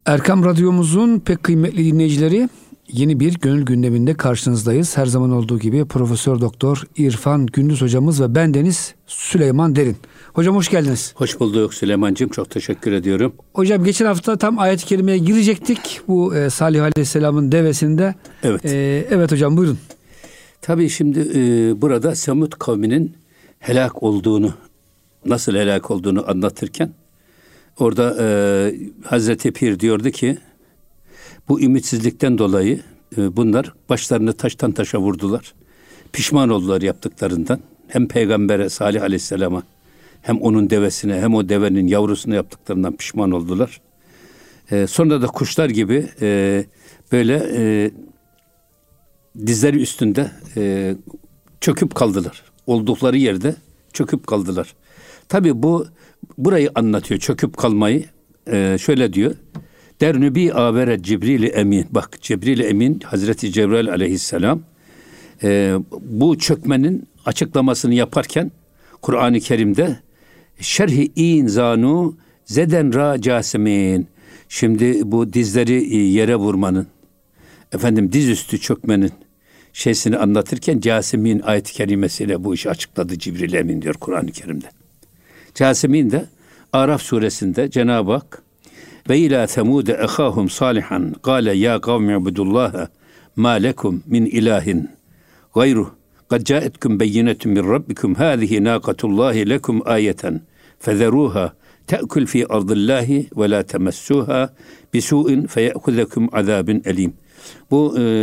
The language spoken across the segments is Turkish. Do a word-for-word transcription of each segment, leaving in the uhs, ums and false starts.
Erkam Radyomuzun pek kıymetli dinleyicileri, yeni bir gönül gündeminde karşınızdayız. Her zaman olduğu gibi Profesör Doktor İrfan Gündüz hocamız ve bendeniz Süleyman Derin. Hocam hoş geldiniz. Hoş bulduk Süleyman'cığım, çok teşekkür ediyorum. Hocam geçen hafta tam ayet-i kerimeye girecektik bu e, Salih Aleyhisselam'ın devesinde. Evet. E, evet hocam, buyurun. Tabii şimdi e, burada Semud kavminin helak olduğunu, nasıl helak olduğunu anlatırken orada e, Hazreti Pir diyordu ki bu ümitsizlikten dolayı e, bunlar başlarını taştan taşa vurdular. Pişman oldular yaptıklarından. Hem Peygamber'e Salih Aleyhisselam'a hem onun devesine hem o devenin yavrusuna yaptıklarından pişman oldular. E, sonra da kuşlar gibi e, böyle e, dizleri üstünde e, çöküp kaldılar. Oldukları yerde çöküp kaldılar. Tabii bu burayı anlatıyor, çöküp kalmayı. E, şöyle diyor. Dernübi avere Cibril-i Emin. Bak, Cibril-i Emin Hazreti Cebrail Aleyhisselam e, bu çökmenin açıklamasını yaparken Kur'an-ı Kerim'de şerhi inzanu zeden ra casimin. Şimdi bu dizleri yere vurmanın, efendim dizüstü çökmenin şeysini anlatırken Casimin ayet-i kerimesiyle bu işi açıkladı Cibril Emin diyor Kur'an-ı Kerim'de. Casimin de Araf suresinde Cenab-ı Hak ve ila semude ehahum salihan kâle ya kavmi ibudullaha ma lekum min ilahin gayruh kad caetkum beyinetun min rabbikum hâzihi nâkatullahi lekum ayeten fezeruha te'kül fi ardillahi ve la temessuha bisu'in feye'kuzekum azabun elim. Bu e,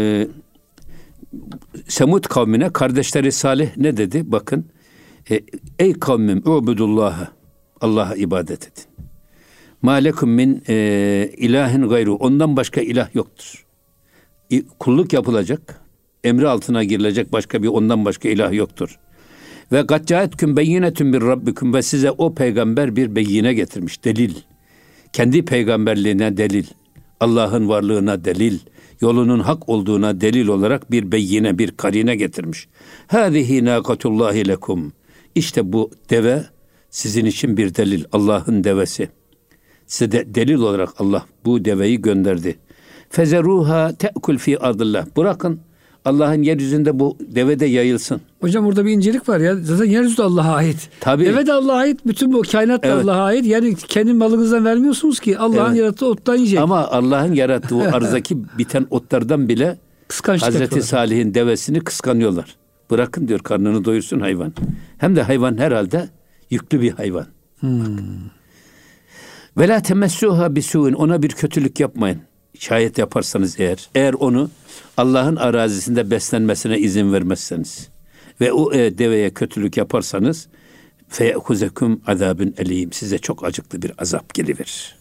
Semud kavmine kardeşleri Salih ne dedi? Bakın. E, ey kavmim ubudullaha, Allah'a ibadet edin. Ma lekum min e, ilahin gayru. Ondan başka ilah yoktur. E, kulluk yapılacak, emri altına girilecek başka bir ondan başka ilah yoktur. Ve kad caetkum beyinetun bir rabbikum, ve size o peygamber bir beyine getirmiş, delil. Kendi peygamberliğine delil, Allah'ın varlığına delil, yolunun hak olduğuna delil olarak bir beyine, bir karine getirmiş. Hâzihi nâkatullâhi lekum. İşte bu deve sizin için bir delil, Allah'ın devesi. Size de delil olarak Allah bu deveyi gönderdi. Fezeruha te'kul fi ardillah. Bırakın Allah'ın yeryüzünde bu deve de yayılsın. Hocam burada bir incelik var ya. Zaten yeryüzü de Allah'a ait. Tabii. Deve de Allah'a ait. Bütün bu kainat da evet. Allah'a ait. Yani kendi malınızdan vermiyorsunuz ki. Allah'ın evet. yarattığı ottan yiyecek. Ama Allah'ın yarattığı o arzdaki biten otlardan bile Hazreti Salih'in devesini kıskanıyorlar. Bırakın diyor, karnını doyursun hayvan. Hem de hayvan herhalde yüklü bir hayvan. Hmm. Ve la temessuha bisu'in. Ona bir kötülük yapmayın. Şayet yaparsanız eğer. Eğer onu Allah'ın arazisinde beslenmesine izin vermezseniz ve o e, deveye kötülük yaparsanız feye'kuzekum azabun elim. Size çok acıklı bir azap geliverir.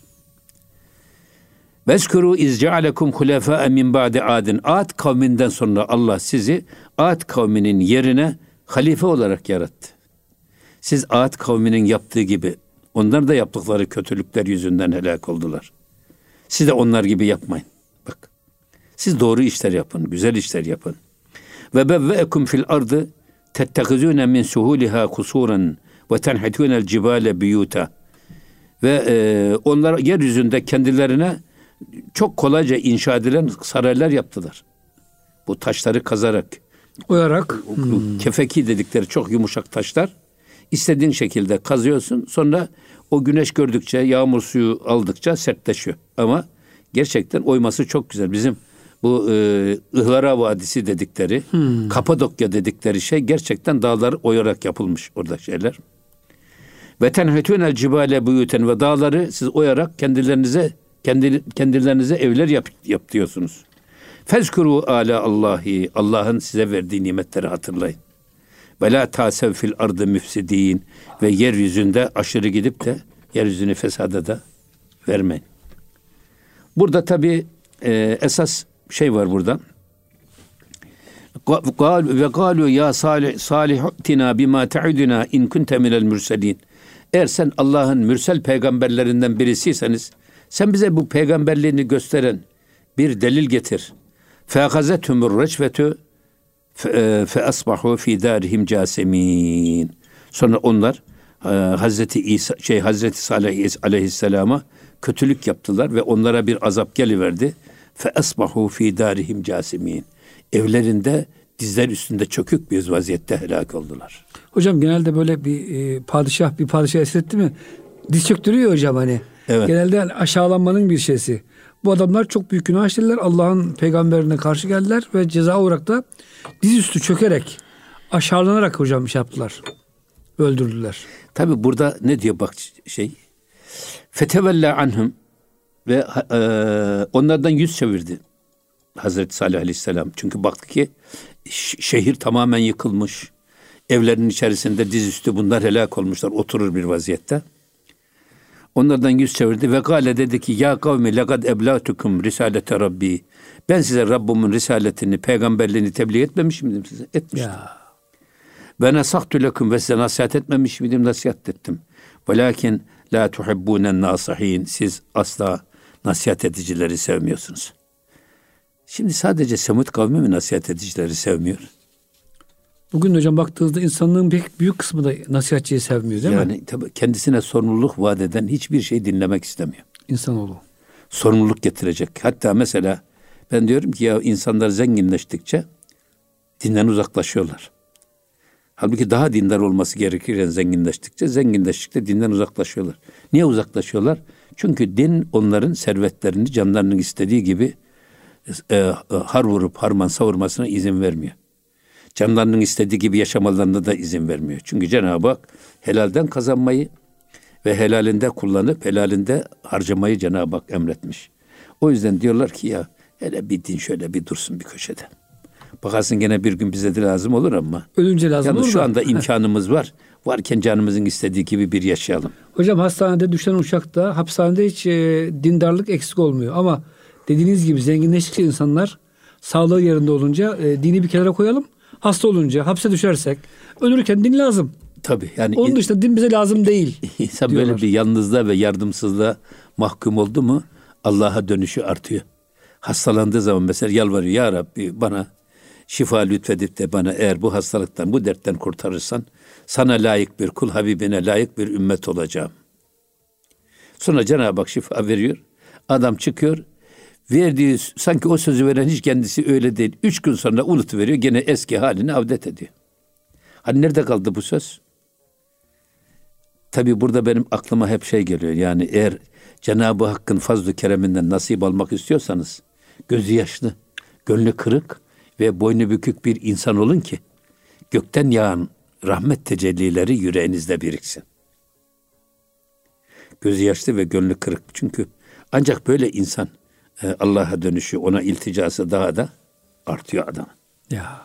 Vezkuru iz cealekum hulefâe min ba'di adin. Ad kavminden sonra Allah sizi Ad kavminin yerine halife olarak yarattı. Siz Ad kavminin yaptığı gibi onlar da yaptıkları kötülükler yüzünden helak oldular. Siz de onlar gibi yapmayın. Bak. Siz doğru işler yapın, güzel işler yapın. Ve bevve'ekum fil ardı tettekizûne min suhûliha kusuran ve tenhitûnel cibâle biyûta. Ve e, onlar yeryüzünde kendilerine çok kolayca inşa edilen saraylar yaptılar. Bu taşları kazarak, oyarak, hmm. kefeki dedikleri çok yumuşak taşlar. İstediğin şekilde kazıyorsun. Sonra o güneş gördükçe, yağmur suyu aldıkça sertleşiyor. Ama gerçekten oyması çok güzel. Bizim bu e, Ihlara Vadisi dedikleri, hmm. Kapadokya dedikleri şey gerçekten dağlar oyarak yapılmış orada şeyler. Ve tenhitûnel cibâle buyûten, ve dağları siz oyarak kendilerinize kendi kendilerinize evler yap, yap diyorsunuz. Fezkuru ala Allahi. Allah'ın size verdiği nimetleri hatırlayın. Ve la tasev fil ardı müfsidin. Ve yeryüzünde aşırı gidip de yeryüzünü fesada da vermeyin. Burada tabi e, esas şey var burada. Ve galu ya salih salihtina bima ta'iduna in kunte minel mürselin. Eğer sen Allah'ın mürsel peygamberlerinden birisiyseniz sen bize bu peygamberliğini gösteren bir delil getir. Fe'azetumur recvetu fe asbahu fi darihim casimin. Sonra onlar Hazreti İsa şey Hazreti Salih Aleyhisselam'a kötülük yaptılar ve onlara bir azap geliverdi. Fe asbahu fi darihim casimin. Evlerinde dizler üstünde çökük bir vaziyette helak oldular. Hocam genelde böyle bir e, padişah bir padişah esretti mi diz çöktürüyor hocam hani. Evet. Genelde yani aşağılanmanın bir şeysi. Bu adamlar çok büyük günah işlediler. Allah'ın peygamberine karşı geldiler ve ceza olarak da dizüstü çökerek, aşağılanarak hocam iş yaptılar. Öldürdüler. Tabi burada ne diyor bak şey. Fetevella anhum ve e, onlardan yüz çevirdi Hazreti Salih Aleyhisselam. Çünkü baktı ki şehir tamamen yıkılmış. Evlerin içerisinde dizüstü bunlar helak olmuşlar. Oturur bir vaziyette. Onlardan yüz çevirdi ve gâle dedi ki ya kavmi lekad eblâtukum risalete rabbi. Ben size Rabbimin risaletini, peygamberliğini tebliğ etmemiş miydim size? Etmiştim. Ve nasahtu lekum ve size nasihat etmemiş miydim? Nasihat ettim. Velakin la tuhibbunen nasihin. Siz asla nasihat edicileri sevmiyorsunuz. Şimdi sadece Semud kavmi mi nasihat edicileri sevmiyor? Bugün hocam baktığınızda insanlığın pek büyük kısmı da nasihatçiyi sevmiyor değil yani, mi? Yani tabii kendisine sorumluluk vaat eden hiçbir şey dinlemek istemiyor. İnsanoğlu. Sorumluluk getirecek. Hatta mesela ben diyorum ki ya insanlar zenginleştikçe dinden uzaklaşıyorlar. Halbuki daha dindar olması gerekirken zenginleştikçe, zenginleştikçe dinden uzaklaşıyorlar. Niye uzaklaşıyorlar? Çünkü din onların servetlerini canlarının istediği gibi e, e, har vurup harman savurmasına izin vermiyor. Canlarının istediği gibi yaşamalarına da izin vermiyor. Çünkü Cenab-ı Hak helalden kazanmayı ve helalinde kullanıp helalinde harcamayı Cenab-ı Hak emretmiş. O yüzden diyorlar ki ya hele bir din şöyle bir dursun bir köşede. Bakarsın gene bir gün bize de lazım olur ama. Ölünce lazım olur mu? Şu da. anda imkanımız var. Varken canımızın istediği gibi bir yaşayalım. Hocam hastanede düşen uçakta, hapishanede hiç e, dindarlık eksik olmuyor. Ama dediğiniz gibi zenginleştikçe insanlar sağlığı yerinde olunca e, dini bir kenara koyalım. Hasta olunca, hapse düşersek, ölürken din lazım. Tabii. Yani onun dışında din bize lazım değil. İnsan diyorlar. böyle bir yalnızlığa ve yardımsızlığa mahkum oldu mu Allah'a dönüşü artıyor. Hastalandığı zaman mesela yalvarıyor. Ya Rabbi bana şifa lütfedip de bana eğer bu hastalıktan, bu dertten kurtarırsan sana layık bir kul, Habibine layık bir ümmet olacağım. Sonra Cenab-ı Hak şifa veriyor. Adam çıkıyor. Verdiği, sanki o sözü veren hiç kendisi öyle değil. Üç gün sonra unutuveriyor. Gene eski haline avdet ediyor. Hani nerede kaldı bu söz? Tabii burada benim aklıma hep şey geliyor. Yani eğer Cenab-ı Hakk'ın fazl-ı kereminden nasip almak istiyorsanız gözü yaşlı, gönlü kırık ve boynu bükük bir insan olun ki gökten yağan rahmet tecellileri yüreğinizde biriksin. Gözü yaşlı ve gönlü kırık. Çünkü ancak böyle insan Allah'a dönüşü, ona ilticası daha da artıyor adam. Ya.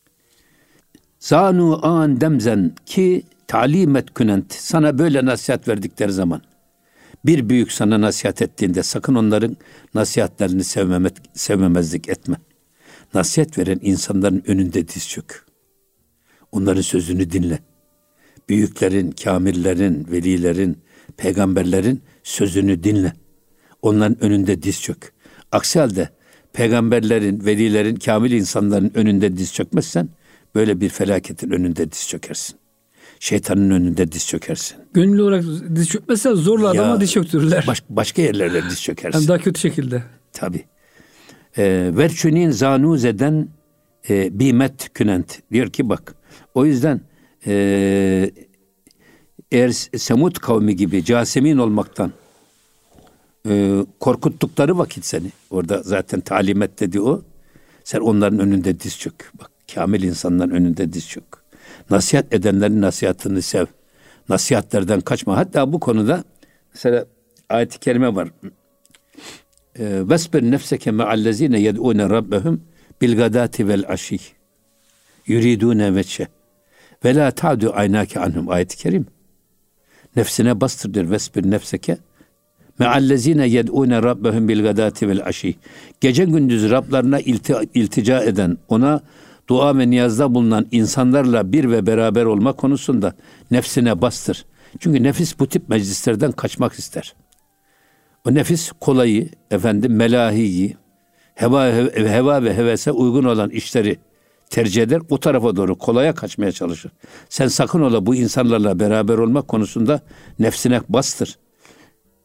Zanu an demzen ki talimet künent. Sana böyle nasihat verdikleri zaman bir büyük sana nasihat ettiğinde sakın onların nasihatlerini sevmemet, sevmemezlik etme. Nasihat veren insanların önünde diz çök. Onların sözünü dinle. Büyüklerin, kamillerin, velilerin, peygamberlerin sözünü dinle. Onların önünde diz çök. Aksi halde peygamberlerin, velilerin, kamil insanların önünde diz çökmezsen böyle bir felaketin önünde diz çökersin. Şeytanın önünde diz çökersin. Gönüllü olarak diz çökmezse zorla adama ya, diz çöktürürler. Baş, başka yerlerde diz çökersin. Yani daha kötü şekilde. Tabii. Ee, Verçünin zanuzeden e, bimet künent. Diyor ki bak o yüzden e, eğer Semud kavmi gibi casemin olmaktan e, korkuttukları vakit seni, orada zaten talimet dedi o, sen onların önünde diz çök. Bak kamil insanların önünde diz çök. Nasihat edenlerin nasihatını sev. Nasihatlerden kaçma. Hatta bu konuda mesela ayet-i kerime var. Vesbir nefseke me'allezine yed'une rabbehum bil gadati vel aşi yuridune veçhe ve la ta'du aynake anhum ayet-i kerim. Nefsine bastır der. Vesbir nefseke me'allezine yed'une rabbehum bil gadati vel aşi. Gece gündüz Rablarına ilti, iltica eden, ona dua ve niyazda bulunan insanlarla bir ve beraber olma konusunda nefsine bastır. Çünkü nefis bu tip meclislerden kaçmak ister. O nefis kolayı, efendim melahiyi, heva, heva ve hevese uygun olan işleri tercih eder. O tarafa doğru kolaya kaçmaya çalışır. Sen sakın ola bu insanlarla beraber olmak konusunda nefsine bastır.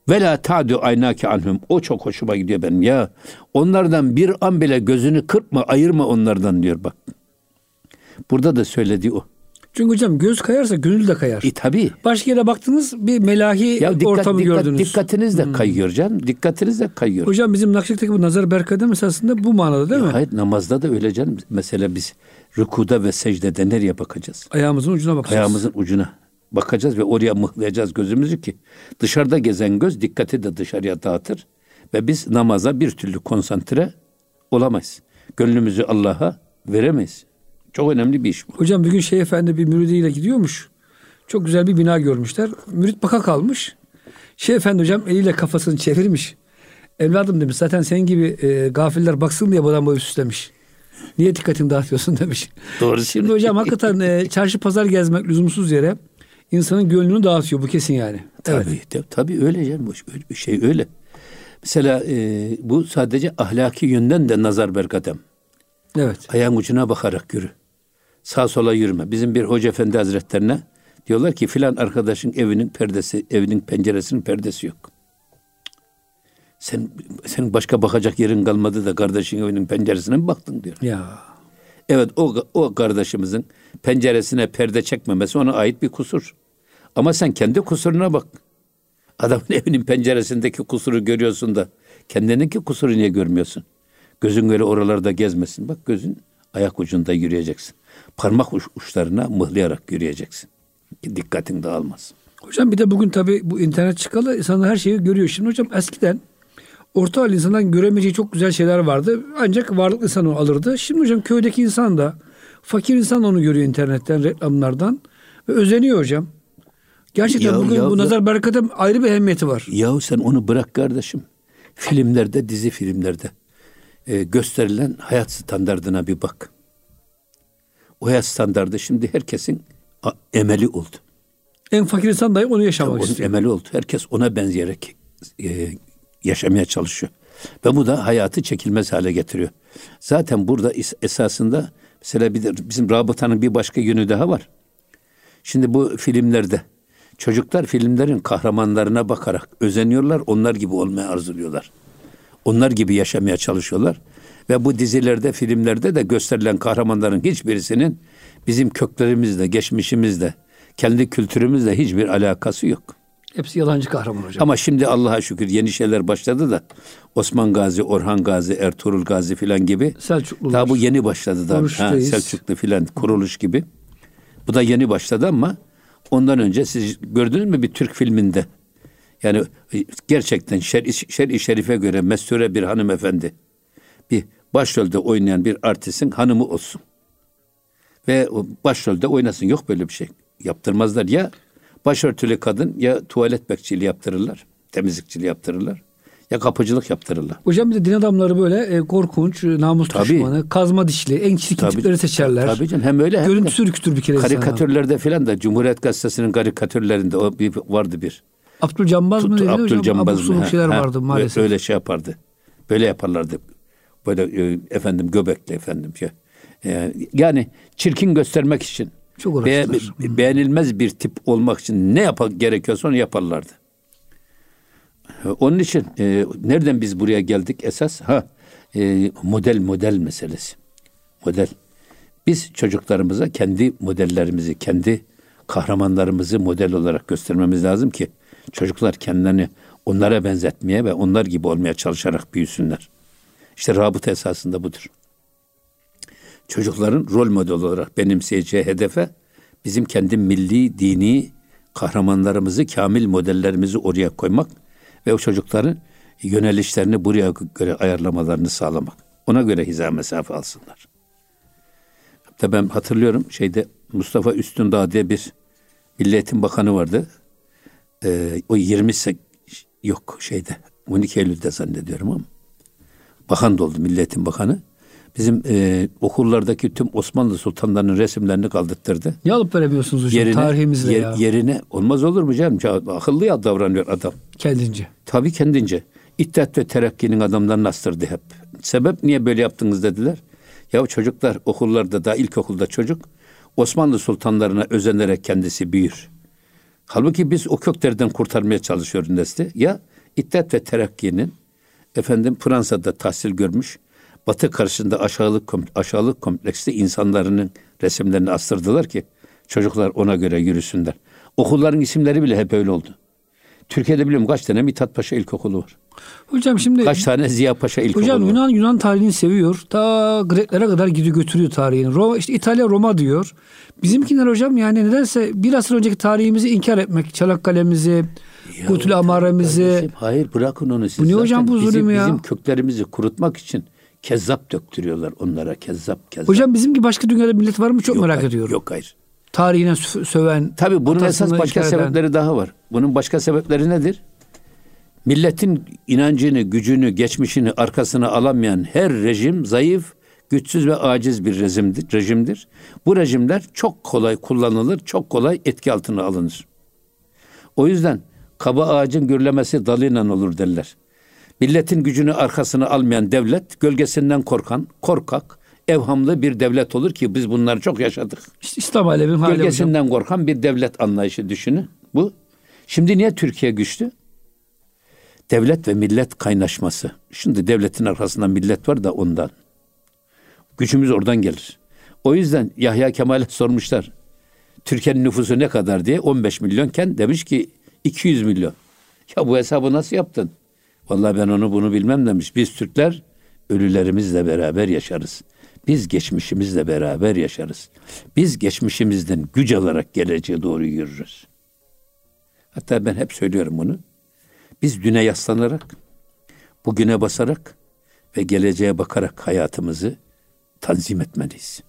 Ve la ta'du aynake anhum. O çok hoşuma gidiyor benim. Ya onlardan bir an bile gözünü kırpma, ayırma onlardan diyor bak. Burada da söylediği o. Çünkü hocam göz kayarsa gönül de kayar. E tabii. Başka yere baktınız bir melahi ya dikkat, ortamı dikkat, gördünüz. Dikkatiniz de hmm. kayıyor canım. Dikkatiniz de kayıyor. Hocam bizim Nakşi'deki bu nazar berkadem esasında bu manada değil ya mi? Hayır, namazda da öyle canım. Mesela biz rükuda ve secdede nereye bakacağız? Ayağımızın ucuna bakacağız. Ayağımızın ucuna bakacağız ve oraya mıhlayacağız gözümüzü ki dışarıda gezen göz dikkati de dışarıya dağıtır ve biz namaza bir türlü konsantre olamayız. Gönlümüzü Allah'a veremeyiz. Çok önemli bir iş bu. Hocam bir gün Şeyh Efendi bir müridiyle gidiyormuş. Çok güzel bir bina görmüşler. Mürit baka kalmış. Şeyh Efendi hocam eliyle kafasını çevirmiş. Evladım demiş, zaten senin gibi e, gafiller baksın diye bu adam boyu süslemiş. Niye dikkatini dağıtıyorsun demiş. Doğru. Şimdi hocam hakikaten e, çarşı pazar gezmek lüzumsuz yere insanın gönlünü dağıtıyor, bu kesin yani. Tabii, evet. de, tabii öyle canım. Öyle bir şey öyle. Mesela e, bu sadece ahlaki yönden de nazar berkadem. Evet. Ayağın ucuna bakarak yürü. Sağ sola yürüme. Bizim bir hoca efendi hazretlerine diyorlar ki filan arkadaşın evinin perdesi, evinin penceresinin perdesi yok. Sen senin başka bakacak yerin kalmadı da kardeşin evinin penceresine mi baktın diyor. Ya. Evet, o o kardeşimizin penceresine perde çekmemesi ona ait bir kusur. Ama sen kendi kusuruna bak. Adamın evinin penceresindeki kusuru görüyorsun da kendininki kusuru niye görmüyorsun? Gözün öyle oralarda gezmesin. Bak, gözün ayak ucunda yürüyeceksin. Parmak uç, uçlarına mıhlayarak yürüyeceksin. Ki dikkatin dağılmaz. Hocam bir de bugün tabii bu internet çıkalı insanlar her şeyi görüyor. Şimdi hocam eskiden orta halli insandan göremeyeceği çok güzel şeyler vardı. Ancak varlıklı insan onu alırdı. Şimdi hocam köydeki insan da, fakir insan onu görüyor internetten, reklamlardan ve özeniyor hocam. Gerçekten ya, bugün ya, bu nazar berkadem ayrı bir ehemmiyeti var. Yahu sen onu bırak kardeşim. Filmlerde, dizi filmlerde e, gösterilen hayat standardına bir bak. O hayat standardı şimdi herkesin a, emeli oldu. En fakir insan dahi onu yaşamak Tabii istiyor. Onun emeli oldu. Herkes ona benzeyerek e, yaşamaya çalışıyor. Ve bu da hayatı çekilmez hale getiriyor. Zaten burada esasında mesela bir de bizim rabıtanın bir başka yönü daha var. Şimdi bu filmlerde çocuklar filmlerin kahramanlarına bakarak özeniyorlar. Onlar gibi olmaya arzuluyorlar. Onlar gibi yaşamaya çalışıyorlar. Ve bu dizilerde, filmlerde de gösterilen kahramanların hiçbirisinin bizim köklerimizle, geçmişimizle, kendi kültürümüzle hiçbir alakası yok. Hepsi yalancı kahraman hocam. Ama şimdi Allah'a şükür yeni şeyler başladı da Osman Gazi, Orhan Gazi, Ertuğrul Gazi filan gibi. Selçuklular. Daha bu yeni başladı da. Ha, Selçuklu filan, kuruluş gibi. Bu da yeni başladı ama ondan önce siz gördünüz mü bir Türk filminde? Yani gerçekten şer-i, şer-i şerife göre mesture bir hanımefendi, bir başrolde oynayan bir artistin hanımı olsun. Ve o başrolde oynasın. Yok böyle bir şey. Yaptırmazlar. Ya başörtülü kadın ya tuvalet bekçiliği yaptırırlar. Temizlikçiliği yaptırırlar. Ya kapıcılık yaptırırlar. Hocam bir de din adamları böyle e, korkunç, namus tabii. düşmanı, kazma dişli, en çirkin tabii, tipleri seçerler. Tabii canım. Hem öyle hem görüntüsü ürkütür bir kere. Karikatürlerde filan da Cumhuriyet Gazetesi'nin karikatürlerinde o bir, vardı bir. Abdülcambaz mı? Dedi Abdülcambaz mı? şeyler ha, vardı maalesef. Öyle şey yapardı. Böyle yaparlardı. Böyle e, efendim göbekli efendim şey. E, yani çirkin göstermek için. Çok be, be, beğenilmez bir tip olmak için ne yap gerekiyorsa onu yaparlardı. Onun için e, nereden biz buraya geldik esas? Ha e, model model meselesi. Model. Biz çocuklarımıza kendi modellerimizi, kendi kahramanlarımızı model olarak göstermemiz lazım ki çocuklar kendilerini onlara benzetmeye ve onlar gibi olmaya çalışarak büyüsünler. İşte rabıta esasında budur. Çocukların rol model olarak benimseyeceği hedefe bizim kendi milli, dini kahramanlarımızı, kamil modellerimizi oraya koymak ve o çocukların yönelişlerini buraya göre ayarlamalarını sağlamak. Ona göre hiza mesafe alsınlar. Hatta ben hatırlıyorum şeyde Mustafa Üstündağ diye bir Milli Eğitim Bakanı vardı. Ee, o yirmi yok şeyde on iki Eylül'de zannediyorum ama bakan da oldu, Milli Eğitim Bakanı. Bizim e, okullardaki tüm Osmanlı sultanlarının resimlerini kaldırttırdı. Ne alıp veremiyorsunuz hocam yerine, tarihimizle yer, ya? Yerine olmaz olur mu canım? Akıllı ya davranıyor adam. Kendince. Tabii kendince. İttihat ve Terakki'nin adamlarını astırdı hep. Sebep niye böyle yaptınız dediler. Ya çocuklar okullarda da ilkokulda çocuk Osmanlı sultanlarına özenerek kendisi büyür. Halbuki biz o köklerden kurtarmaya çalışıyoruz nesli. Ya İttihat ve Terakki'nin efendim Fransa'da tahsil görmüş, Batı karşısında aşağılık aşağılık kompleksli insanların resimlerini astırdılar ki çocuklar ona göre yürüsünler. Okulların isimleri bile hep öyle oldu. Türkiye'de biliyorum kaç tane Mithat Paşa İlkokulu var. Hocam şimdi kaç tane Ziya Paşa İlkokulu hocam, var. Hocam Yunan Yunan tarihini seviyor. Ta Greklere kadar gidiyor götürüyor tarihini. Roma, işte İtalya Roma diyor. Bizimkiler hocam yani nedense bir asır önceki tarihimizi inkar etmek. Çanakkale'mizi, Gutül Amare'mizi. Hayır, bırakın onu siz. Bu ne hocam bu zulüm bizim, ya? Bizim köklerimizi kurutmak için kezzap döktürüyorlar onlara. Kezzap kezzap. Hocam bizim gibi başka dünyada millet var mı? Çok yok, merak hayır, ediyorum. Yok hayır. Tarihine söven. Tabii bunun esas başka sebepleri daha var. Bunun başka sebepleri nedir? Milletin inancını, gücünü, geçmişini arkasına alamayan her rejim zayıf, güçsüz ve aciz bir rejimdir. rejimdir. Bu rejimler çok kolay kullanılır, çok kolay etki altına alınır. O yüzden kaba ağacın gürlemesi dalıyla olur derler. Milletin gücünü arkasına almayan devlet, gölgesinden korkan, korkak, evhamlı bir devlet olur ki biz bunları çok yaşadık. İşte İslam aleminin hali gölgesinden hocam. korkan bir devlet anlayışı düşünün. Bu. Şimdi niye Türkiye güçlü? Devlet ve millet kaynaşması. Şimdi devletin arkasında millet var da ondan. Gücümüz oradan gelir. O yüzden Yahya Kemal'e sormuşlar. Türkiye'nin nüfusu ne kadar diye. on beş milyonken demiş ki iki yüz milyon. Ya bu hesabı nasıl yaptın? Vallahi ben onu bunu bilmem demiş. Biz Türkler ölülerimizle beraber yaşarız. Biz geçmişimizle beraber yaşarız. Biz geçmişimizden güç alarak geleceğe doğru yürürüz. Hatta ben hep söylüyorum bunu. Biz düne yaslanarak, bugüne basarak ve geleceğe bakarak hayatımızı tanzim etmeliyiz.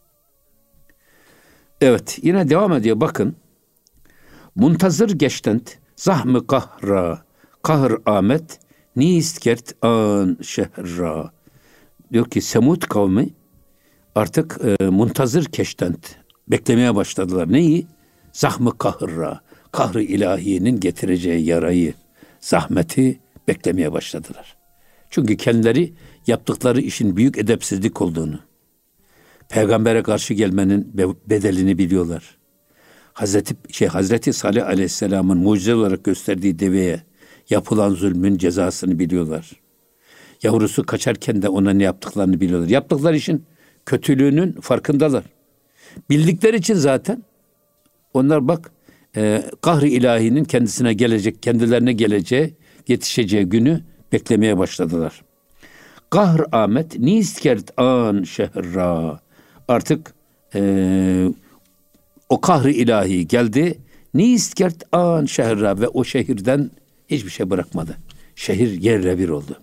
Evet, yine devam ediyor. Bakın. Muntazır geçtent, zahmı kahra, kahr amet, niistkert an şehra. Diyor ki Semud kavmi artık e, muntazır keştent, beklemeye başladılar. Neyi? Zahmı kahra, kahr-ı ilahiyenin getireceği yarayı, zahmeti beklemeye başladılar. Çünkü kendileri yaptıkları işin büyük edepsizlik olduğunu, peygambere karşı gelmenin bedelini biliyorlar. Hazreti şey Hazreti Salih Aleyhisselam'ın mucize olarak gösterdiği deveye yapılan zulmün cezasını biliyorlar. Yavrusu kaçarken de ona ne yaptıklarını biliyorlar. Yaptıkları işin kötülüğünün farkındalar. Bildikleri için zaten onlar bak e, kahr-ı ilahinin kendisine gelecek, kendilerine geleceği, yetişeceği günü beklemeye başladılar. Kahr Ahmet niskert an şehra. Artık e, o kahr-ı ilahi geldi. Niskert an şehra ve o şehirden hiçbir şey bırakmadı. Şehir yerle bir oldu.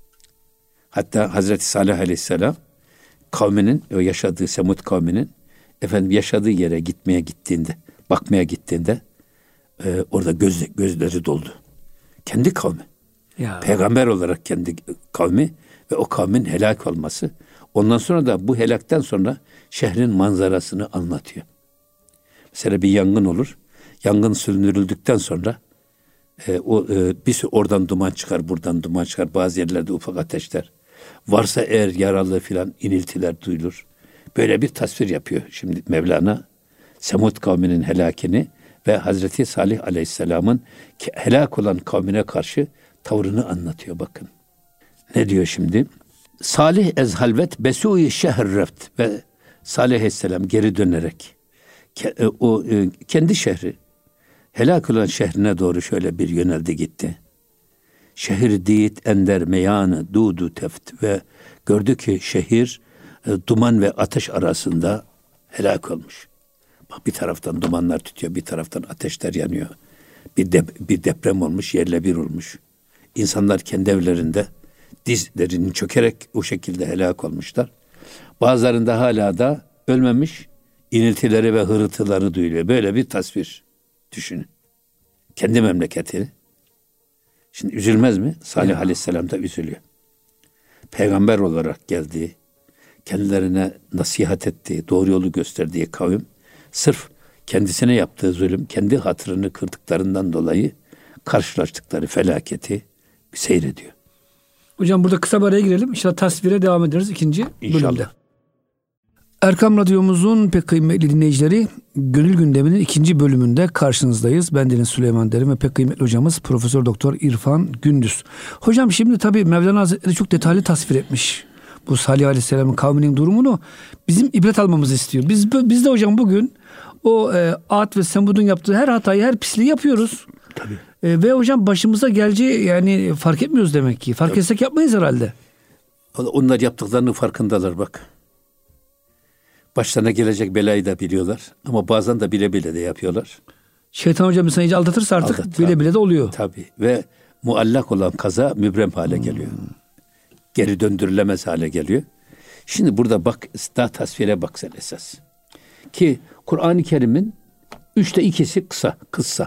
Hatta Hazreti Salih Aleyhisselam kavminin, o yaşadığı Semud kavminin efendim yaşadığı yere gitmeye gittiğinde, bakmaya gittiğinde e, orada göz, gözleri doldu. Kendi kavmi. Ya. Peygamber olarak kendi kavmi ve o kavmin helak olması. Ondan sonra da bu helakten sonra şehrin manzarasını anlatıyor. Mesela bir yangın olur. Yangın söndürüldükten sonra e, o e, bir sürü oradan duman çıkar, buradan duman çıkar. Bazı yerlerde ufak ateşler. Varsa eğer yaralı filan iniltiler duyulur. Böyle bir tasvir yapıyor şimdi Mevlana. Semud kavminin helakini ve Hazreti Salih Aleyhisselam'ın helak olan kavmine karşı tavrını anlatıyor bakın. Ne diyor şimdi? Salih ezhalvet besû-i şehrreft ve Salih Aleyhisselam geri dönerek o kendi şehri helak olan şehrine doğru şöyle bir yöneldi gitti. Şehir diyit ender meyanı dudu teft ve gördü ki şehir e, duman ve ateş arasında helak olmuş. Bak bir taraftan dumanlar tütüyor, bir taraftan ateşler yanıyor. Bir, de, bir deprem olmuş, yerle bir olmuş. İnsanlar kendi evlerinde dizlerini çökerek o şekilde helak olmuşlar. Bazılarında hala da ölmemiş, iniltileri ve hırıltıları duyuluyor. Böyle bir tasvir düşünün. Kendi memleketini. Şimdi üzülmez mi? Salih ya. Aleyhisselam da üzülüyor. Peygamber olarak geldiği, kendilerine nasihat ettiği, doğru yolu gösterdiği kavim, sırf kendisine yaptığı zulüm, kendi hatırını kırdıklarından dolayı karşılaştıkları felaketi seyrediyor. Hocam burada kısa bir araya girelim. İnşallah tasvire devam ederiz ikinci İnşallah. bölümde. Erkam Radyomuzun pek kıymetli dinleyicileri, Gönül Gündemi'nin ikinci bölümünde karşınızdayız. Ben Deniz Süleyman Derin ve pek kıymetli hocamız Profesör Doktor İrfan Gündüz. Hocam şimdi tabii Mevlana Hazretleri çok detaylı tasvir etmiş bu Salih Aleyhisselam'ın kavminin durumunu. Bizim ibret almamızı istiyor. Biz biz de hocam bugün o e, Ad ve Semud'un yaptığı her hatayı, her pisliği yapıyoruz. Tabii. E, ve hocam başımıza geleceği yani fark etmiyoruz demek ki. Fark Tabii. etsek yapmayız herhalde. Onlar yaptıklarının farkındalar bak. Başlarına gelecek belayı da biliyorlar. Ama bazen de bile bile de yapıyorlar. Şeytan hocam insanı iyice aldatırsa artık Aldat, bile tabii. bile de oluyor. Tabii. Ve muallak olan kaza mübrem hale hmm. geliyor. Geri döndürülemez hale geliyor. Şimdi burada bak, daha tasvire bak sen esas. Ki Kur'an-ı Kerim'in üçte ikisi kısa, kıssa.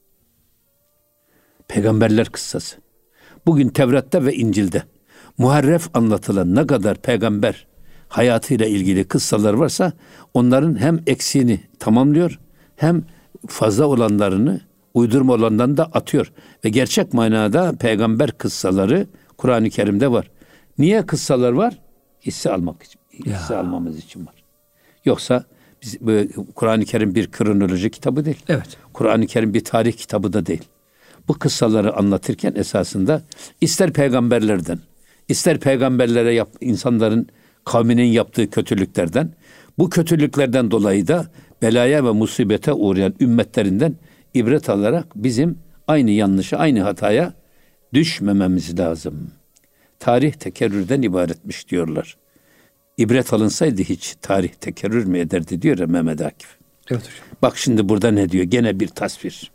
Peygamberler kıssası. Bugün Tevrat'ta ve İncil'de muharref anlatılan ne kadar peygamber hayatıyla ilgili kıssalar varsa onların hem eksiğini tamamlıyor hem fazla olanlarını, uydurma olanlarını da atıyor. Ve gerçek manada peygamber kıssaları Kur'an-ı Kerim'de var. Niye kıssalar var? Hisse almak için, hisse ya. almamız için var. Yoksa biz, Kur'an-ı Kerim bir kronoloji kitabı değil. Evet. Kur'an-ı Kerim bir tarih kitabı da değil. Bu kıssaları anlatırken esasında ister peygamberlerden, ister peygamberlere yap, insanların kavminin yaptığı kötülüklerden, bu kötülüklerden dolayı da belaya ve musibete uğrayan ümmetlerinden ibret alarak bizim aynı yanlışa, aynı hataya düşmememiz lazım. Tarih tekerrürden ibaretmiş diyorlar. İbret alınsaydı hiç tarih tekerrür mü ederdi diyor ya Mehmet Akif. Evet hocam. Bak şimdi burada ne diyor? Gene bir tasvir.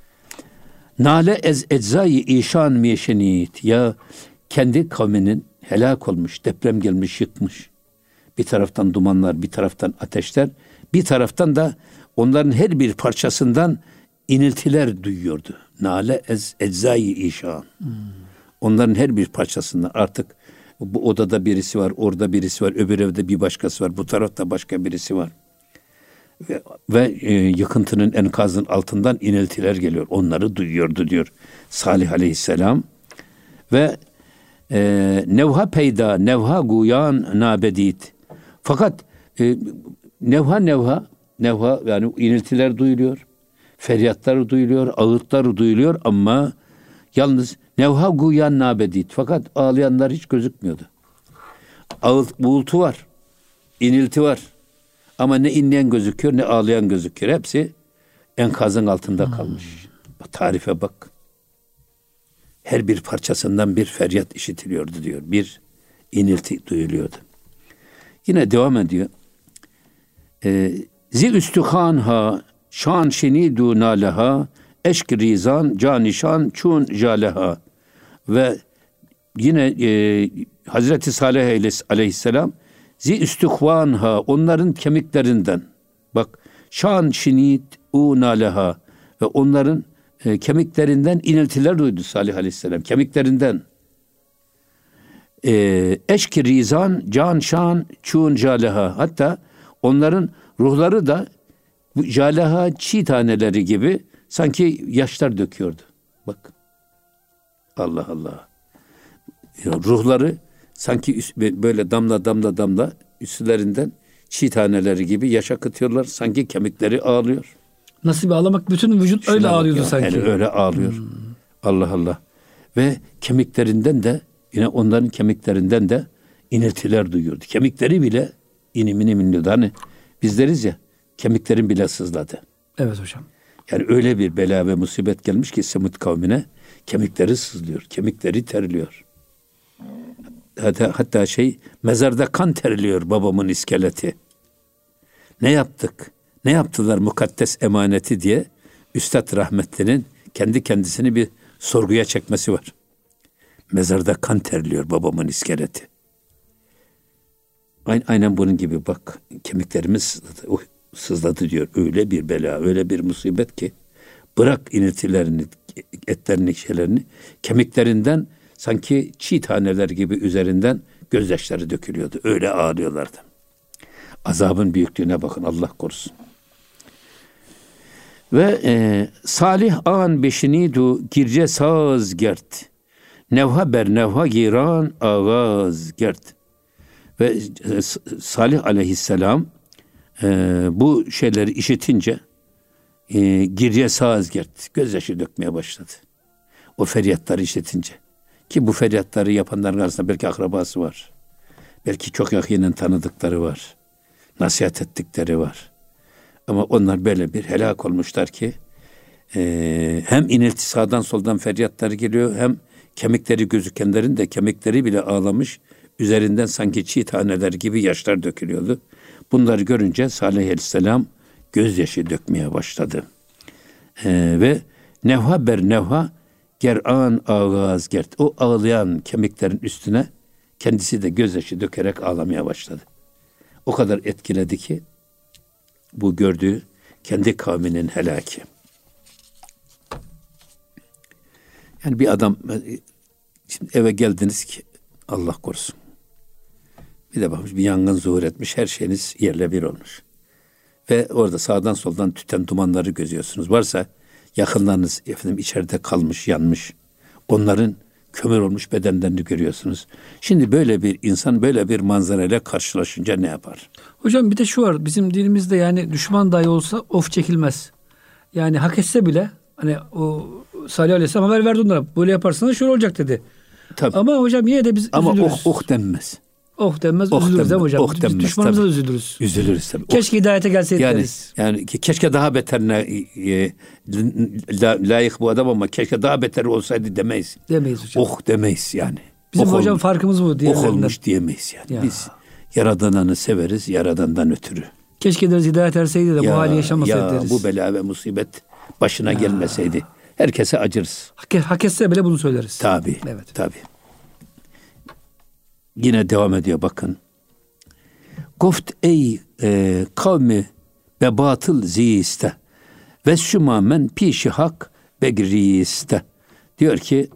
Nale ez eczai işan meşenit. Ya kendi kavminin helak olmuş, deprem gelmiş, yıkmış. Bir taraftan dumanlar, bir taraftan ateşler, bir taraftan da onların her bir parçasından iniltiler duyuyordu. Nale ez eczai işan. Hmm. Onların her bir parçasından artık bu odada birisi var, orada birisi var, öbür evde bir başkası var, bu tarafta başka birisi var. Ve, ve e, yıkıntının enkazın altından iniltiler geliyor. Onları duyuyordu diyor Salih Aleyhisselam. Ve e, nevha peyda, nevha guyan nabedit. Fakat e, nevha nevha, nevha yani iniltiler duyuluyor, feryatlar duyuluyor, ağıtlar duyuluyor ama yalnız nevha guyan nabedit. Fakat ağlayanlar hiç gözükmüyordu. Ağıt, buğultu var, inilti var. Ama ne inleyen gözüküyor ne ağlayan gözüküyor. Hepsi enkazın altında kalmış. Hmm. Tarife bak. Her bir parçasından bir feryat işitiliyordu diyor. Bir inilti duyuluyordu. Yine devam ediyor. Zi üstühan ha şan şenidu naleha eşk rizan canişan çun jaleha. Ve yine e, Hazreti Salih Aleyhisselam zi üstühvanha onların kemiklerinden bak şan şinit u naleha ve onların e, kemiklerinden iniltiler duydu Salih Aleyhisselam kemiklerinden e, eşk rizan can şan çun jaleha hatta onların ruhları da bu jaleha çiğ taneleri gibi sanki yaşlar döküyordu bak Allah Allah ya, ruhları sanki böyle damla damla damla üstlerinden çiğ taneleri gibi yaş akıtıyorlar. Sanki kemikleri ağlıyor. Nasıl bir ağlamak? Bütün vücut Şuna öyle ağlıyordu ya, sanki. Yani öyle ağlıyor. Hmm. Allah Allah. Ve kemiklerinden de yine onların kemiklerinden de iniltiler duyuyordu. Kemikleri bile inim inim inliyordu. Hani biz deriz ya kemiklerin bile sızladı. Evet hocam. Yani öyle bir bela ve musibet gelmiş ki Semud kavmine kemikleri sızlıyor. Kemikleri terliyor. Hatta, hatta şey mezarda kan terliyor babamın iskeleti. Ne yaptık? Ne yaptılar mukaddes emaneti diye Üstad rahmetlinin kendi kendisini bir sorguya çekmesi var. Mezarda kan terliyor babamın iskeleti. Aynen, aynen bunun gibi bak kemiklerimiz sızladı, oh, sızladı diyor. Öyle bir bela, öyle bir musibet ki bırak iniltilerini, etlerini, şeylerini kemiklerinden sanki çiğ taneler gibi üzerinden gözyaşları dökülüyordu. Öyle ağlıyorlardı. Azabın büyüklüğüne bakın Allah korusun. Ve e, salih an beşinidu girce saz gert. Nevha ber nevha giran ağaz gert. Ve Salih aleyhisselam e, bu şeyleri işitince e, geriye sağız gert, gözyaşı dökmeye başladı. O feryatları işitince. Ki bu feryatları yapanların arasında belki akrabası var. Belki çok yakinen tanıdıkları var. Nasihat ettikleri var. Ama onlar böyle bir helak olmuşlar ki e, hem inilti sağdan soldan feryatları geliyor, hem kemikleri gözükenlerin de kemikleri bile ağlamış, üzerinden sanki çiğ taneler gibi yaşlar dökülüyordu. Bunları görünce Salih aleyhisselam gözyaşı dökmeye başladı. E, ve nevha ber nevha ger'an ağaz gert. O ağlayan kemiklerin üstüne kendisi de gözyaşı dökerek ağlamaya başladı. O kadar etkiledi ki bu gördüğü kendi kavminin helaki. Yani bir adam, şimdi eve geldiniz ki Allah korusun. Bir de bakmış bir yangın zuhur etmiş, her şeyiniz yerle bir olmuş. Ve orada sağdan soldan tüten dumanları gözüyorsunuz. Varsa yakınlarınız efendim içeride kalmış, yanmış. Onların kömür olmuş bedenlerini görüyorsunuz. Şimdi böyle bir insan böyle bir manzarayla karşılaşınca ne yapar? Hocam bir de şu var, bizim dinimizde yani düşman dahi olsa of çekilmez. Yani hak etse bile hani o Salih Aleyhisselam haber verdi onlara. Böyle yaparsanız şöyle olacak dedi. Tabii. Ama hocam yine de biz Ama üzülürüz. oh, oh denmez. Oh denmez, oh üzülürüz denmez, değil mi hocam? Oh Biz denmez, düşmanımıza tabii. üzülürüz. Üzülürüz tabii. Keşke hidayete gelseydi yani, deriz. Yani keşke daha beterine e, la, layık bu adam ama keşke daha beter olsaydı demeyiz. Demeyiz hocam. Oh demeyiz yani. Bizim oh hocam olmuş, farkımız bu. Oh olmuş diyemeyiz yani. Ya. Biz Yaradananı severiz, Yaradan'dan ötürü. Keşke deriz hidayet erseydi de ya, bu hali yaşamasaydı ya, deriz. Bu bela ve musibet başına ya. gelmeseydi. Herkese acırız. Hak, hak etse bile bunu söyleriz. Tabii. Evet. Tabii. Yine devam ediyor bakın. Goft ey e, kavmi be batıl ziyiste ve şumamen pişi hak begriyiste. Diyor ki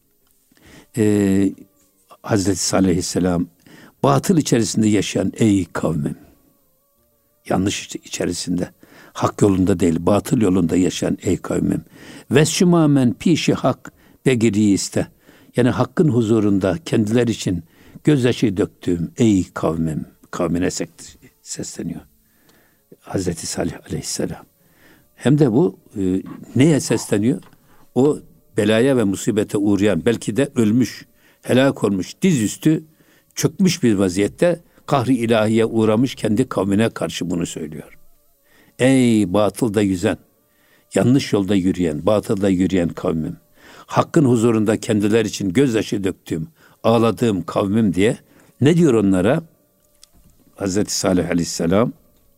e, Hazreti Salih aleyhisselam, batıl içerisinde yaşayan ey kavmim, yanlış içerisinde, hak yolunda değil batıl yolunda yaşayan ey kavmim, ve şumamen pişi hak begriyiste, yani hakkın huzurunda kendiler için gözyaşı döktüğüm ey kavmim, kavmine sesleniyor Hazreti Salih aleyhisselam. Hem de bu e, neye sesleniyor? O belaya ve musibete uğrayan, belki de ölmüş, helak olmuş, dizüstü çökmüş bir vaziyette kahri ilahiye uğramış kendi kavmine karşı bunu söylüyor. Ey batılda yüzen, yanlış yolda yürüyen, batılda yürüyen kavmim, hakkın huzurunda kendiler için gözyaşı döktüğüm, ağladığım kavmim diye ne diyor onlara? Hazreti Salih aleyhisselam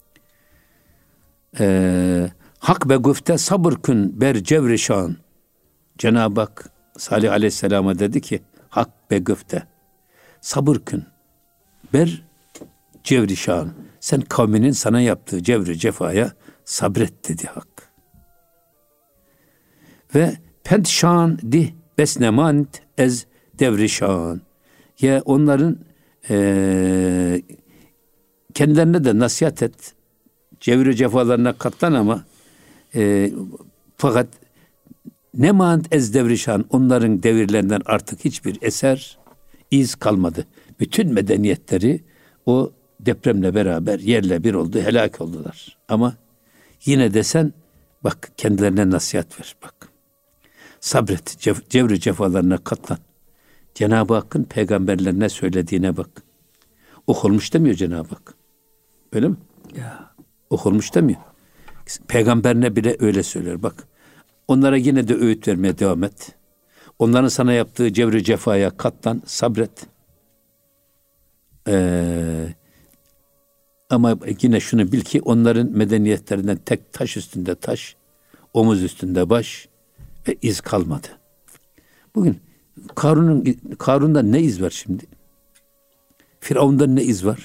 e, hak ve güfte sabır kün ber cevri şan. Cenab-ı Hak Salih aleyhisselama dedi ki hak ve güfte sabır kün ber cevri şan. Sen kavminin sana yaptığı cevri cefaya sabret dedi Hak. Ve pent şan di besnemant ez devri şan. Ya onların e, kendilerine de nasihat et. Cevri cefalarına katlan ama e, fakat ne mant ez devrişan, onların devirlerinden artık hiçbir eser, iz kalmadı. Bütün medeniyetleri o depremle beraber yerle bir oldu, helak oldular. Ama yine desen bak kendilerine nasihat ver bak. Sabret, cef, cevri cefalarına katlan. Cenab-ı Hakk'ın peygamberlerine söylediğine bak. Ok olmuş demiyor Cenab-ı Hak. Öyle mi? Ya. Ok olmuş demiyor. Peygamberine bile öyle söyler bak. Onlara yine de öğüt vermeye devam et. Onların sana yaptığı cevri cefaya katlan, sabret. Ee, ama yine şunu bil ki onların medeniyetlerinden tek taş üstünde taş, omuz üstünde baş ve iz kalmadı. Bugün Karun'un Karun'da ne iz var şimdi? Firavun'da ne iz var?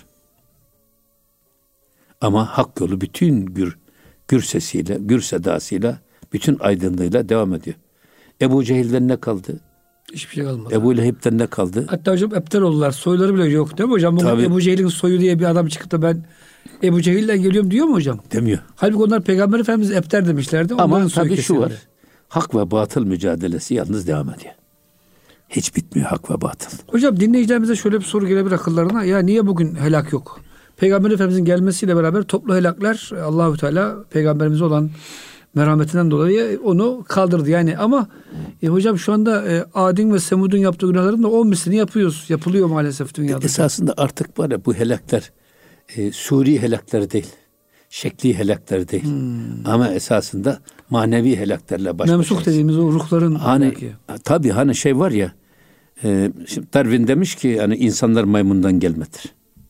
Ama hak yolu bütün gür, gür sesiyle, gür sedasıyla, bütün aydınlığıyla devam ediyor. Ebu Cehil'den ne kaldı? Hiçbir şey kalmadı. Ebu Leheb'den ne kaldı? Hatta hocam eptal oldular. Soyları bile yok değil mi hocam? Bugün Ebu Cehil'in soyu diye bir adam çıkıp da ben Ebu Cehil'den geliyorum diyor mu hocam? Demiyor. Halbuki onlar Peygamber Efendimiz epter demişlerdi. Ama tabii şu var. Hak ve batıl mücadelesi yalnız devam ediyor. Hiç bitmiyor hak ve batıl. Hocam dinleyicilerimize şöyle bir soru gelebilir akıllarına. Ya niye bugün helak yok? Peygamber Efendimizin gelmesiyle beraber toplu helaklar Allahu Teala peygamberimize olan merhametinden dolayı onu kaldırdı. Yani ama e, hocam şu anda e, Adin ve Semud'un yaptığı günahların da on mislini yapıyoruz. Yapılıyor maalesef dünyada. Esasında artık var ya bu helaklar e, suri helaklar değil. Şekli helaklar değil. Hmm. Ama esasında manevi helaklarla baş Memsuh dediğimiz o ruhların hani, helaki. Tabii hani şey var ya e, şimdi Darwin demiş ki yani insanlar maymundan gelmedir.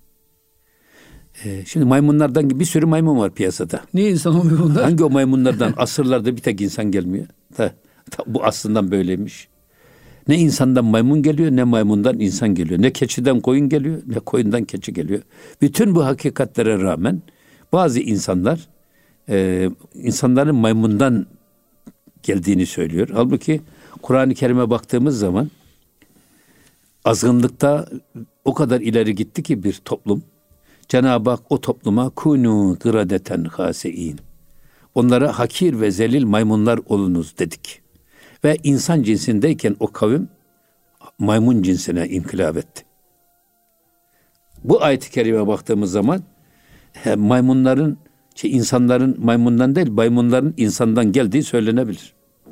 E, şimdi maymunlardan bir sürü maymun var piyasada. Niye insan olmuyor bunlar? Hangi o maymunlardan asırlarda bir tek insan gelmiyor? Ta, ta, bu aslından böyleymiş. Ne insandan maymun geliyor ne maymundan insan geliyor. Ne keçiden koyun geliyor ne koyundan keçi geliyor. Bütün bu hakikatlere rağmen bazı insanlar e, insanların maymundan geldiğini söylüyor. Halbuki Kur'an-ı Kerim'e baktığımız zaman azgınlıkta o kadar ileri gitti ki bir toplum. Cenab-ı Hak o topluma kunu gıradeten hasiin. Onlara hakir ve zelil maymunlar olunuz dedik. Ve insan cinsindeyken o kavim maymun cinsine inkılap etti. Bu ayet-i kerime baktığımız zaman he, maymunların, şey, insanların maymundan değil, maymunların insandan geldiği söylenebilir.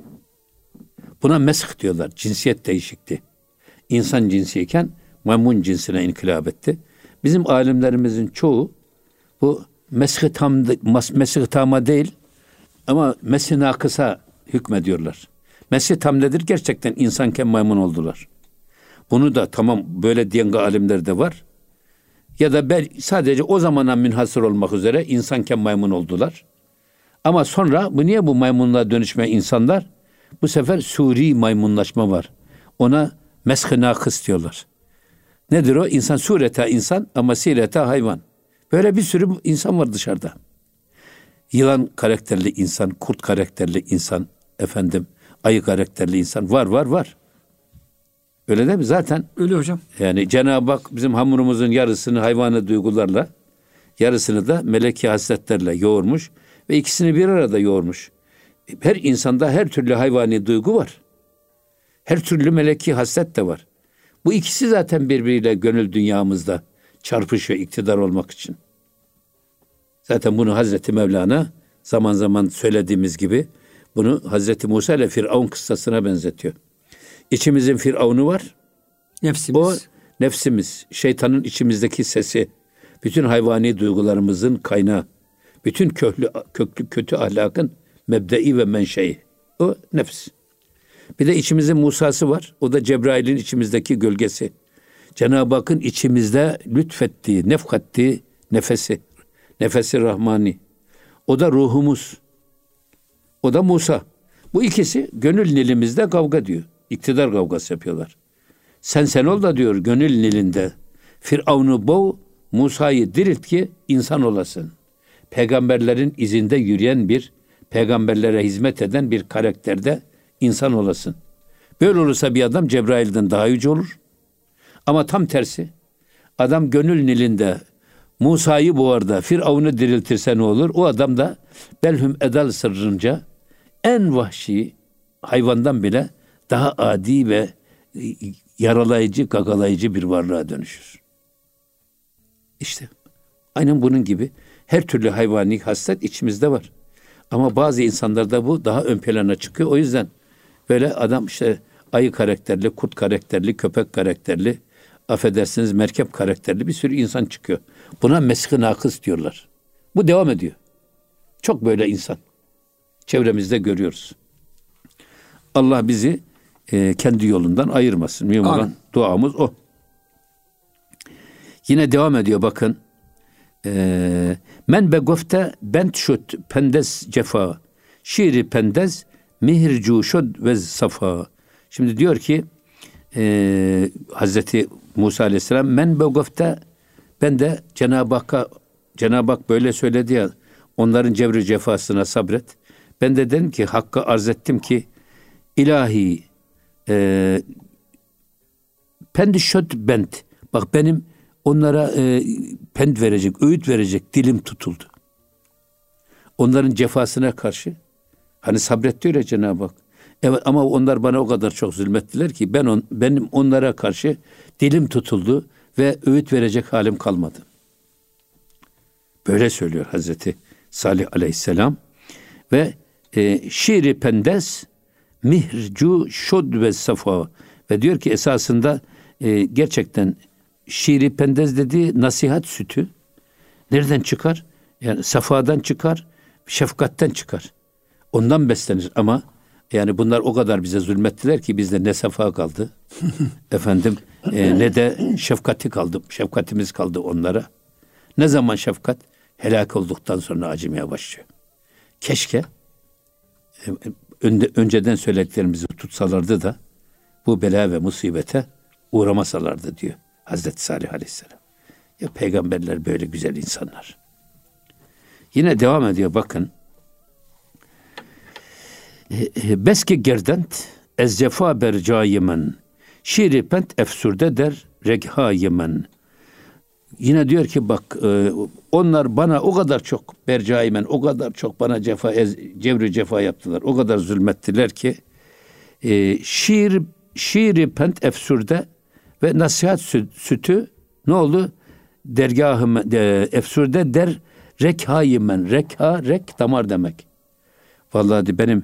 Buna mesk diyorlar, cinsiyet değişikliği. İnsan cinsiyken maymun cinsine inkılap etti. Bizim alimlerimizin çoğu bu mesk-i tam, mesk-i tama değil ama mesk-i nakısa hükmediyorlar. Mesk-i tam nedir? Gerçekten insanken maymun oldular. Bunu da tamam böyle diyen alimler de var. Ya da ben sadece o zamana münhasır olmak üzere insanken maymun oldular. Ama sonra bu niye bu maymunluğa dönüşme insanlar? Bu sefer suri maymunlaşma var. Ona mesk-i nakıs diyorlar. Nedir o? İnsan surete insan ama sirete hayvan. Böyle bir sürü insan var dışarıda. Yılan karakterli insan, kurt karakterli insan, efendim ayı karakterli insan var var var. Öyle değil mi? Zaten öyle hocam. Yani Cenab-ı Hak bizim hamurumuzun yarısını hayvani duygularla, yarısını da meleki hasletlerle yoğurmuş ve ikisini bir arada yoğurmuş. Her insanda her türlü hayvani duygu var. Her türlü meleki haslet de var. Bu ikisi zaten birbiriyle gönül dünyamızda çarpışıyor iktidar olmak için. Zaten bunu Hazreti Mevlana zaman zaman söylediğimiz gibi bunu Hazreti Musa ile Firavun kıssasına benzetiyor. İçimizin Firavun'u var. Nefsimiz. O nefsimiz, şeytanın içimizdeki sesi, bütün hayvani duygularımızın kaynağı, bütün köklü, köklü kötü ahlakın mebdei ve menşei. O nefs. Bir de içimizin Musa'sı var. O da Cebrail'in içimizdeki gölgesi. Cenab-ı Hakk'ın içimizde lütfettiği, nefkattiği nefesi. Nefesi Rahmani. O da ruhumuz. O da Musa. Bu ikisi gönül nilimizde kavga diyor. İktidar kavgası yapıyorlar. Sen sen ol da diyor gönül nilinde. Firavun'u boğ, Musa'yı dirilt ki insan olasın. Peygamberlerin izinde yürüyen bir, peygamberlere hizmet eden bir karakterde insan olasın. Böyle olursa bir adam Cebrail'den daha yüce olur. Ama tam tersi. Adam gönül nilinde Musa'yı boğar da Firavun'u diriltirse ne olur? O adam da belhum edal sırrınca en vahşi hayvandan bile daha adi ve yaralayıcı, gagalayıcı bir varlığa dönüşür. İşte aynen bunun gibi her türlü hayvani haslet içimizde var. Ama bazı insanlarda bu daha ön plana çıkıyor. O yüzden böyle adam işte ayı karakterli, kurt karakterli, köpek karakterli, affedersiniz merkep karakterli bir sürü insan çıkıyor. Buna mesk-i nakıs diyorlar. Bu devam ediyor. Çok böyle insan. Çevremizde görüyoruz. Allah bizi e, kendi yolundan ayırmasın. Mühim olan duamız o. Yine devam ediyor bakın. E, Men be gofte bent şut pendez cefa. Şiiri pendez mihircu şud ve safa. Şimdi diyor ki e, Hazreti Musa Aleyhisselam men be gofte ben de Cenab-ı Hakk'a Cenab-ı Hak böyle söyledi ya onların cevri cefasına sabret. Ben de dedim ki Hakk'a arz ettim ki ilahi e, pendişöt bent. Bak benim onlara e, pend verecek, öğüt verecek dilim tutuldu. Onların cefasına karşı hani sabret diyor ya Cenab-ı Hak. Evet, ama onlar bana o kadar çok zulmettiler ki ben on, benim onlara karşı dilim tutuldu ve öğüt verecek halim kalmadı. Böyle söylüyor Hazreti Salih Aleyhisselam. Ve e, şiiri pendes mihrcu şod ve safa, ve diyor ki esasında e, gerçekten şiiri pendez dediği nasihat sütü nereden çıkar? Yani safadan çıkar, şefkatten çıkar. Ondan beslenir ama yani bunlar o kadar bize zulmettiler ki bizde ne safa kaldı efendim e, ne de şefkati kaldı. Şefkatimiz kaldı onlara. Ne zaman şefkat? Helak olduktan sonra acımaya başlıyor. Keşke e, önde, önceden söylediklerimizi tutsalardı da bu bela ve musibete uğramasalardı diyor Hazreti Salih Aleyhisselam. Ya peygamberler böyle güzel insanlar. Yine devam ediyor bakın. Beski gerdent ez cefa bercayimen şiiri pent efsurde der reghayimen. Yine diyor ki bak onlar bana o kadar çok bercayimen, o kadar çok bana cefa, ez, cevri cefa yaptılar. O kadar zulmettiler ki e, şiir şiiri pent efsurde ve nasihat sütü ne oldu? Dergahım e, efsurde der rekhayimen. Rekha rek damar demek. Vallahi benim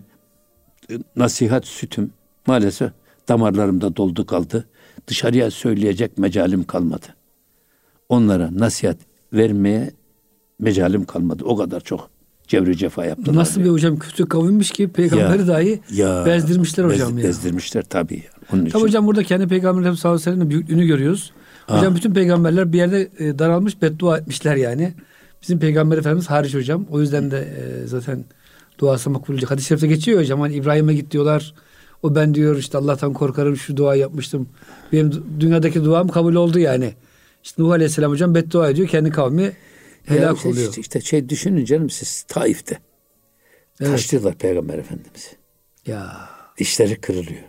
nasihat sütüm maalesef damarlarımda doldu kaldı. Dışarıya söyleyecek mecalim kalmadı. Onlara nasihat vermeye mecalim kalmadı. O kadar çok cevri cefa yaptılar. Nasıl bir hocam kötü kavimmiş ki peygamberi ya, dahi ya, bezdirmişler hocam. Bez, ya. Bezdirmişler tabii. Onun tabii hocam burada kendi peygamberimiz sallallahu aleyhi ve sellem'in büyüklüğünü görüyoruz. Hocam ha. bütün peygamberler bir yerde daralmış beddua etmişler yani. Bizim peygamber efendimiz hariç hocam. O yüzden de zaten duası makbul olacak. Hadis-i şerifte geçiyor hocam. Hani İbrahim'e git diyorlar. O ben diyor işte Allah'tan korkarım şu dua yapmıştım. Benim dünyadaki duam kabul oldu yani. İşte Nuh Aleyhisselam hocam beddua ediyor. Kendi kavmi helak işte, oluyor. İşte, işte şey düşünün canım siz Taif'te. Evet. Taşlıyorlar Peygamber Efendimiz'i. Ya. Dişleri kırılıyor.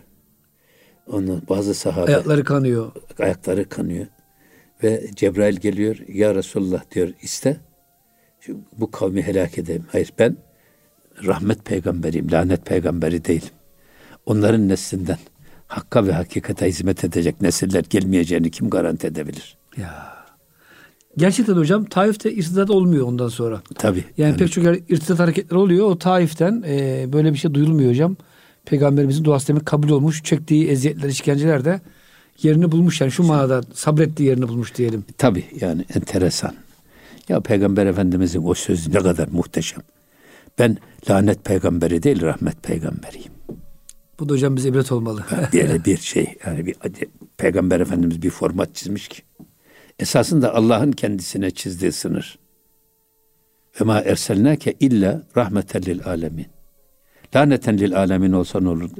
Onun bazı sahabe. Ayakları kanıyor. Ayakları kanıyor. Ve Cebrail geliyor. Ya Resulullah diyor iste. Şu, bu kavmi helak edeyim. Hayır ben rahmet peygamberiyim. Lanet peygamberi değilim. Onların neslinden hakka ve hakikate hizmet edecek nesiller gelmeyeceğini kim garanti edebilir? Ya. Gerçekten hocam Taif'te irtidat olmuyor ondan sonra. Tabii. Yani, yani. pek çok yer irtidat hareketleri oluyor. O Taif'ten e, böyle bir şey duyulmuyor hocam. Peygamberimizin duası demek kabul olmuş. Çektiği eziyetler, işkenceler de yerini bulmuş. Yani şu manada sabrettiği yerini bulmuş diyelim. Tabii yani enteresan. Ya Peygamber Efendimizin o sözü ne kadar muhteşem. Ben lanet peygamberi değil rahmet peygamberiyim. Bu da hocam bize ibret olmalı. Böyle bir şey. Yani bir Peygamber Efendimiz bir format çizmiş ki. Esasında Allah'ın kendisine çizdiği sınır. Ve ma erselnake illa rahmeten lil alemin. Laneten lil alemin olsa ne olurdu?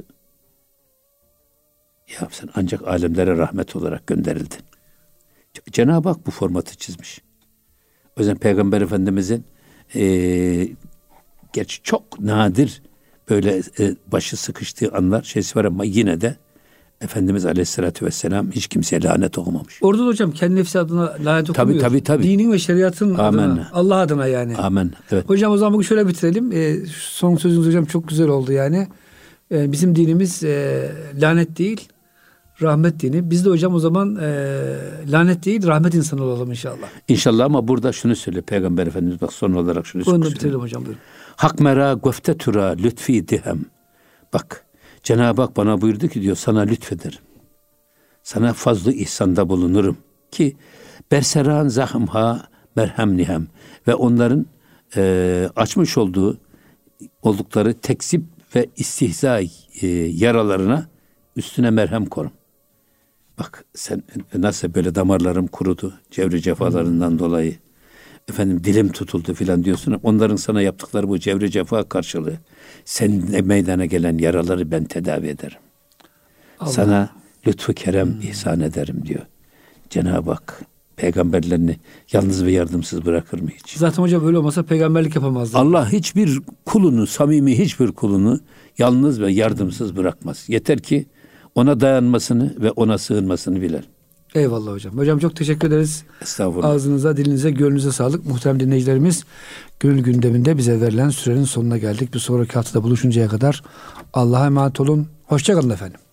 Ya sen ancak alemlere rahmet olarak gönderildin. Cenab-ı Hak bu formatı çizmiş. O yüzden Peygamber Efendimizin e, gerçi çok nadir böyle e, başı sıkıştığı anlar şeysi var ama yine de Efendimiz Aleyhisselatü Vesselam hiç kimseye lanet okumamış. Orada da hocam kendi nefsi adına lanet okumuyor. Tabii tabii tabii. Dinin ve şeriatın Amen. adına, Allah adına yani. Amen. Evet. Hocam o zaman bugün şöyle bitirelim. Ee, son sözünüz hocam çok güzel oldu yani. Ee, bizim dinimiz e, lanet değil, rahmet dini. Biz de hocam o zaman e, lanet değil, rahmet insanı olalım inşallah. İnşallah ama burada şunu söylüyor Peygamber Efendimiz bak son olarak şunu söylüyor. Bunu bitirelim hocam buyurun. Hak mera göfte tura lütfi dihem. Bak Cenab-ı Hak bana buyurdu ki diyor sana lütfederim. Sana fazla ihsanda bulunurum ki berseran zahmha merhem nihem ve onların e, açmış olduğu oldukları tekzip ve istihza e, yaralarına üstüne merhem korum. Bak sen nasıl böyle damarlarım kurudu cevri cefalarından hmm. dolayı. Efendim dilim tutuldu filan diyorsun. Onların sana yaptıkları bu cevri cefa karşılığı seninle meydana gelen yaraları ben tedavi ederim. Allah. Sana lütfu kerem hmm. ihsan ederim diyor. Cenab-ı Hak peygamberlerini yalnız ve yardımsız bırakır mı hiç? Zaten hocam öyle olmasa peygamberlik yapamazdı. Allah hiçbir kulunu, samimi hiçbir kulunu yalnız ve yardımsız bırakmaz. Yeter ki ona dayanmasını ve ona sığınmasını biler. Eyvallah hocam. Hocam çok teşekkür ederiz. Estağfurullah. Ağzınıza, dilinize, gönlünüze sağlık. Muhterem dinleyicilerimiz, Gönül Gündemi'nde bize verilen sürenin sonuna geldik. Bir sonraki haftada buluşuncaya kadar Allah'a emanet olun. Hoşça kalın efendim.